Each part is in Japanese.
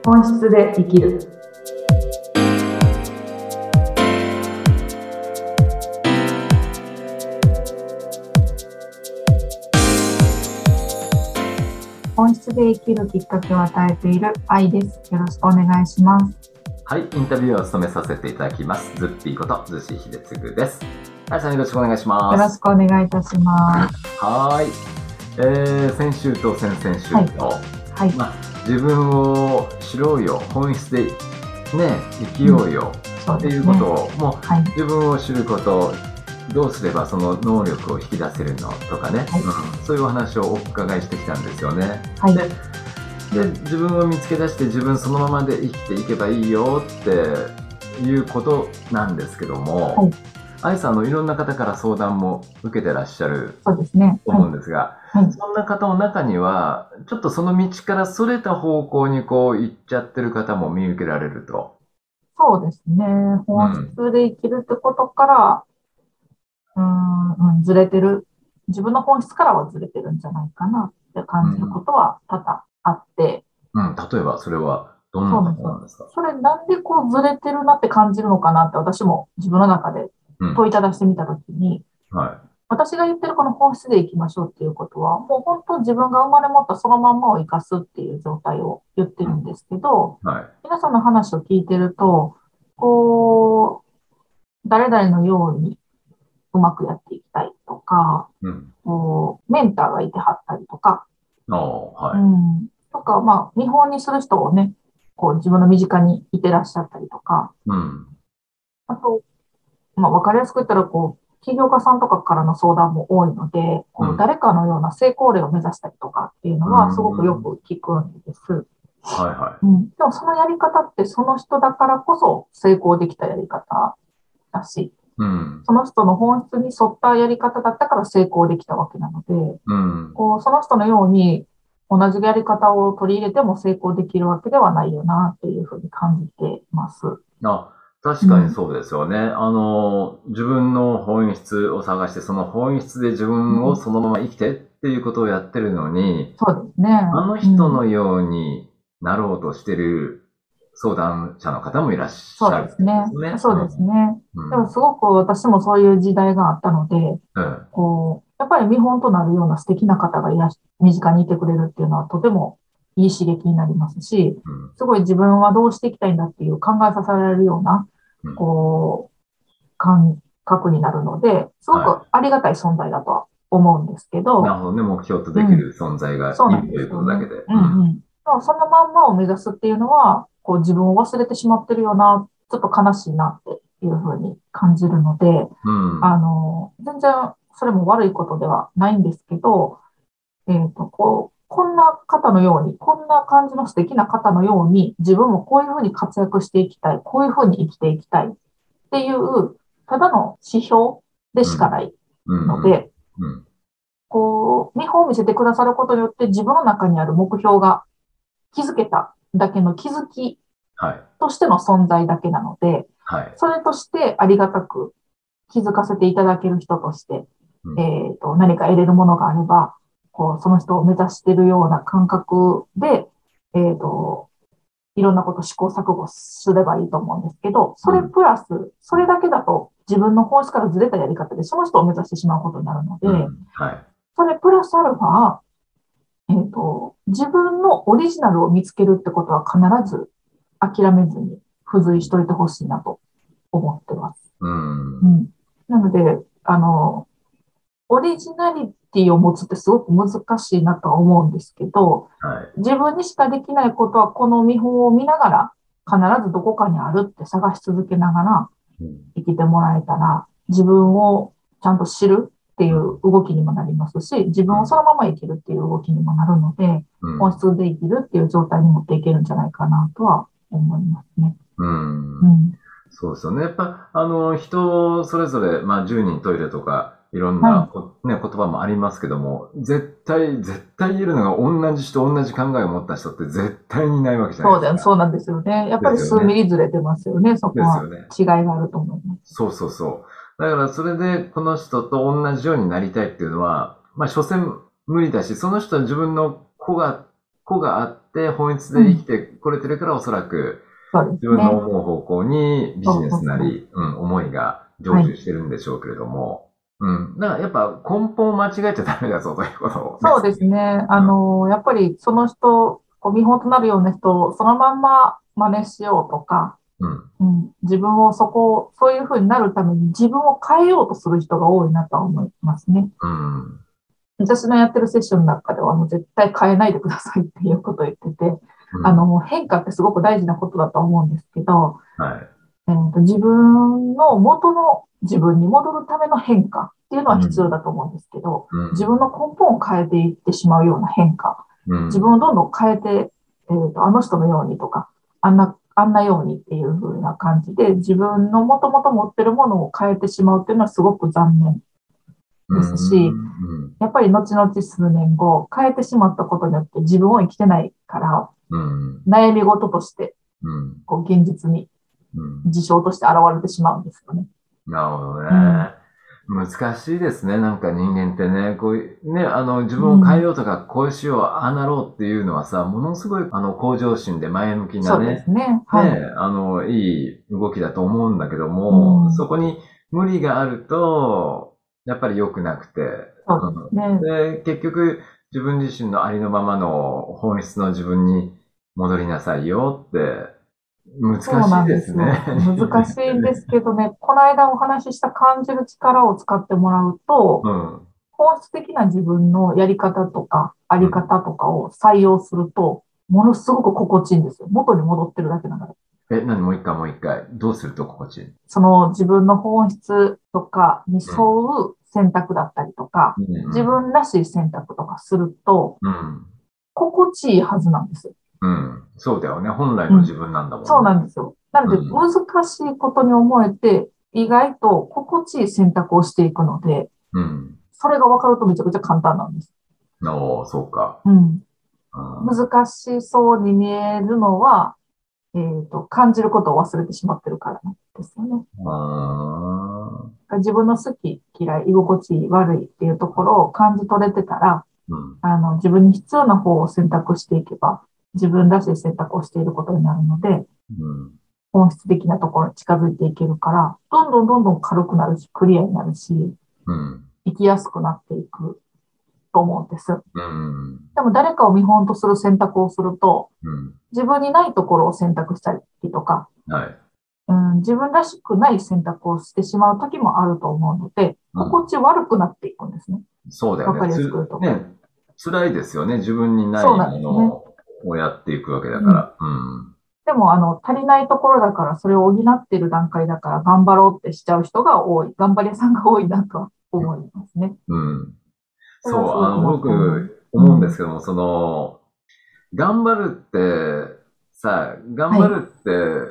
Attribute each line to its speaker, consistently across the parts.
Speaker 1: 本質で生きる。本質で生きるきっかけを与えている愛です。よろしくお願いします。
Speaker 2: はい、インタビューを務めさせていただきます。ズッピーこと逗子秀嗣です。愛さんよろしくお願いします。
Speaker 1: よろしくお願いいたします。
Speaker 2: はい、先週と先々週と、
Speaker 1: はい、
Speaker 2: 自分を知ろうよ、本質でね、生きようよ、っていうことを、もう、自分を知ること、どうすればその能力を引き出せるのとかね、そういうお話をお伺いしてきたんですよね。で自分を見つけ出して自分そのままで生きていけばいいよっていうことなんですけども、愛さんいろんな方から相談も受けてらっしゃると思うんですが、そんな方の中にはちょっとその道からそれた方向にこう行っちゃってる方も見受けられると。
Speaker 1: そうですね。本質で生きるってことから、ずれてる。自分の本質からはずれてるんじゃないかなって感じることは多々あって。
Speaker 2: 例えばそれはどんなことなんですか？
Speaker 1: それなんでこうずれてるなって感じるのかなって私も自分の中で問いただしてみたときに、私が言ってるこの本質で生きましょうっていうことは、もう本当自分が生まれ持ったそのまんまを生かすっていう状態を言ってるんですけど、皆さんの話を聞いてると、こう、誰々のようにうまくやっていきたいとか、こうメンターがいてはったりとか、とか、見本にする人をね、こう自分の身近にいてらっしゃったりとか、あと、わかりやすく言ったら、こう、起業家さんとかからの相談も多いので、こう誰かのような成功例を目指したりとかっていうのはすごくよく聞くんです。でもそのやり方ってその人だからこそ成功できたやり方だし、その人の本質に沿ったやり方だったから成功できたわけなので、こうその人のように同じやり方を取り入れても成功できるわけではないよなっていうふうに感じてます。
Speaker 2: 確かにそうですよね。自分の本質を探して、その本質で自分をそのまま生きてっていうことをやってるのに、
Speaker 1: そうですね。
Speaker 2: あの人のようになろうとしてる相談者の方もいらっしゃるんですね。
Speaker 1: そうですね。でもすごく私もそういう時代があったので、こう、やっぱり見本となるような素敵な方が身近にいてくれるっていうのはとてもいい刺激になりますし、すごい自分はどうしていきたいんだっていう考えさせられるような、こう、感覚になるので、すごくありがたい存在だとは思うんですけど。
Speaker 2: なるほどね、目標とできる存在がいるということだけで。
Speaker 1: そのまんまを目指すっていうのは、こう自分を忘れてしまってるような、ちょっと悲しいなっていうふうに感じるので、全然それも悪いことではないんですけど、こんな方のように、こんな感じの素敵な方のように、自分もこういうふうに活躍していきたい、こういうふうに生きていきたいっていう、ただの指標でしかないので、こう、見本を見せてくださることによって自分の中にある目標が気づけただけの気づきとしての存在だけなので、それとしてありがたく気づかせていただける人として、何か得れるものがあれば、こう、その人を目指しているような感覚で、いろんなこと試行錯誤すればいいと思うんですけど、それプラス、それだけだと自分の本質からずれたやり方でその人を目指してしまうことになるので、それプラスアルファ、自分のオリジナルを見つけるってことは必ず諦めずに付随しといてほしいなと思ってます。なので、オリジナリティを持つってすごく難しいなとは思うんですけど、自分にしかできないことはこの見本を見ながら必ずどこかにあるって探し続けながら生きてもらえたら、自分をちゃんと知るっていう動きにもなりますし、自分をそのまま生きるっていう動きにもなるので、本質で生きるっていう状態に持っていけるんじゃないかなとは思いますね。
Speaker 2: そうですよね。やっぱ、人それぞれ、10人トイレとか、いろんな、言葉もありますけども、絶対言えるのが同じ人、同じ考えを持った人って絶対にいないわけじゃないですか。
Speaker 1: そうなんですよね。やっぱり数ミリずれてますよね。そこは違いがあると思います。
Speaker 2: そう。だからそれでこの人と同じようになりたいっていうのは、所詮無理だし、その人は自分の個個があって本質で生きてこれてるからおそらく自分の思う方向にビジネスなり、思いが成就してるんでしょうけれども、だからやっぱ根本を間違えちゃダメだぞということを。
Speaker 1: そうですね。やっぱりその人、見本となるような人をそのまんま真似しようとか、自分をそういう風になるために自分を変えようとする人が多いなとは思いますね。私のやってるセッションの中では絶対変えないでくださいっていうことを言ってて、変化ってすごく大事なことだと思うんですけど、自分の元の自分に戻るための変化っていうのは必要だと思うんですけど、自分の根本を変えていってしまうような変化、自分をどんどん変えて、あの人のようにとか、あんなようにっていう風な感じで、自分のもともと持ってるものを変えてしまうっていうのはすごく残念ですし、やっぱり後々数年後、変えてしまったことによって自分を生きてないから、悩み事として、現実に事象として現れてしまうんですよね。
Speaker 2: なるほどね。難しいですね。なんか人間ってね、こういうね、自分を変えようとか、こうしよう、ああなろうっていうのはさ、ものすごい、向上心で前向きなね、
Speaker 1: そうですね。
Speaker 2: いい動きだと思うんだけども、そこに無理があると、やっぱり良くなくて、
Speaker 1: そうです
Speaker 2: ね。で、結局、自分自身のありのままの本質の自分に戻りなさいよって難しいですね。
Speaker 1: 難しいんですけどね、この間お話しした感じる力を使ってもらうと、本質的な自分のやり方とか、あり方とかを採用すると、ものすごく心地いいんですよ。元に戻ってるだけなので。
Speaker 2: もう一回。どうすると心地いい？
Speaker 1: その自分の本質とかに沿う選択だったりとか、自分らしい選択とかすると、心地いいはずなんですよ。
Speaker 2: そうだよね。本来の自分なんだもんね。
Speaker 1: そうなんですよ。なので、難しいことに思えて、意外と心地いい選択をしていくので、それが分かるとめちゃくちゃ簡単なんです。
Speaker 2: そうか。
Speaker 1: 難しそうに見えるのは、感じることを忘れてしまってるからなんですよね。自分の好き、嫌い、居心地いい、悪いっていうところを感じ取れてたら、自分に必要な方を選択していけば、自分らしい選択をしていることになるので、本質的なところに近づいていけるから、どんどん軽くなるし、クリアになるし、生きやすくなっていくと思うんです。でも誰かを見本とする選択をすると、自分にないところを選択したりとか、自分らしくない選択をしてしまう時もあると思うので、心地悪くなっていくんですね。
Speaker 2: そうだよね。
Speaker 1: わかりやすく言うと。
Speaker 2: 辛いですよね。自分にないものをやっていくわけだから。
Speaker 1: でも、足りないところだから、それを補っている段階だから、頑張ろうってしちゃう人が多い。頑張り屋さんが多いなとは思いますね。
Speaker 2: そう、僕、思うんですけども、頑張るって、頑張るって、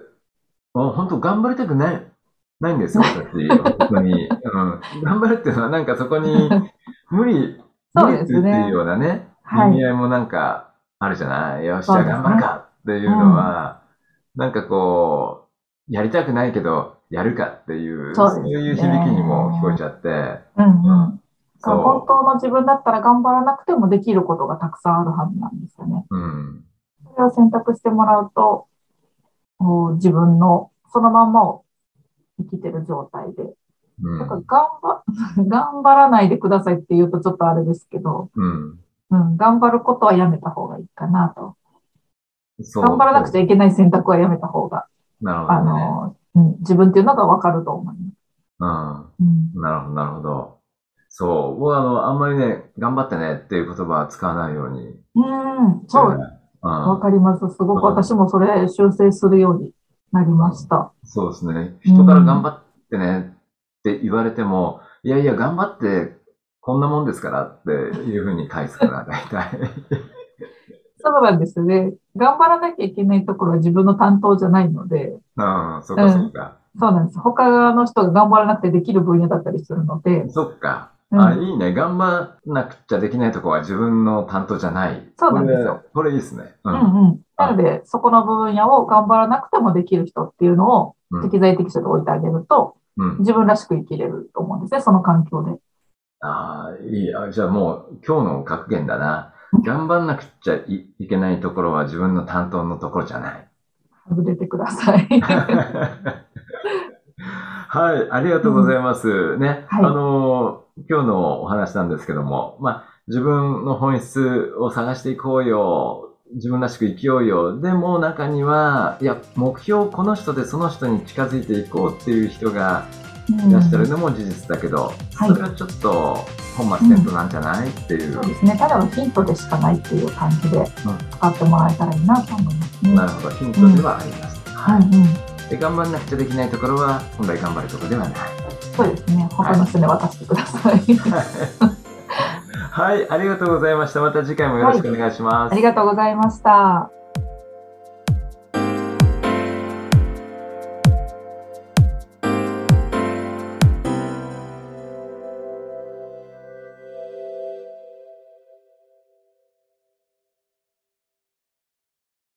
Speaker 2: 本当頑張りたくないんですよ、私。本当に。頑張るっていうのは、なんかそこに、無理っていうようなね、意味合いもなんか、あるじゃない？よし、じゃあ頑張るかっていうのは、なんかこう、やりたくないけど、やるかっていう、そういう響きにも聞こえちゃって、
Speaker 1: 本当の自分だったら頑張らなくてもできることがたくさんあるはずなんですよね。それを選択してもらうと、自分のそのまんまを生きてる状態で。だから頑張らないでくださいって言うとちょっとあれですけど、頑張ることはやめた方がいいかなと。頑張らなくちゃいけない選択はやめた方が、自分っていうのがわかると思い
Speaker 2: ます。なるほど。そう。僕はあんまりね、頑張ってねっていう言葉は使わないように。
Speaker 1: そう。わかります。すごく私もそれ修正するようになりました。
Speaker 2: そうですね。人から頑張ってねって言われても、いやいや、頑張ってこんなもんですからっていうふうに返すから、大体。
Speaker 1: そうなんですね。頑張らなきゃいけないところは自分の担当じゃないので。
Speaker 2: そうか。
Speaker 1: そうなんです。他の人が頑張らなくてできる分野だったりするので。
Speaker 2: そっか。いいね。頑張らなくちゃできないところは自分の担当じゃない。
Speaker 1: そうなんですよ。
Speaker 2: これいいですね。
Speaker 1: なので、そこの分野を頑張らなくてもできる人っていうのを適材適所で置いてあげると、自分らしく生きれると思うんですね、その環境で。
Speaker 2: いい。じゃあもう今日の格言だな。 頑張んなくちゃいけないところは自分の担当のところじゃない。
Speaker 1: 外れてください。
Speaker 2: はい、ありがとうございます。ね、
Speaker 1: はい、
Speaker 2: 今日のお話なんですけども、自分の本質を探していこうよ。自分らしく生きようよ。でも中には、いや、目標この人でその人に近づいていこうっていう人がいらっしゃるのも事実だけど、それはちょっと本末転倒なんじゃないっていう。
Speaker 1: そうですね。ただのヒントでしかないっていう感じで使ってもらえたらいいなと思いますね。
Speaker 2: なるほど、ヒントではあります。はい。で、頑張んなくちゃできないところは、本来頑張るところではない。
Speaker 1: そうですね。他の人に渡してください。
Speaker 2: はい、ありがとうございました。また次回もよろしくお願いします。
Speaker 1: ありがとうございました。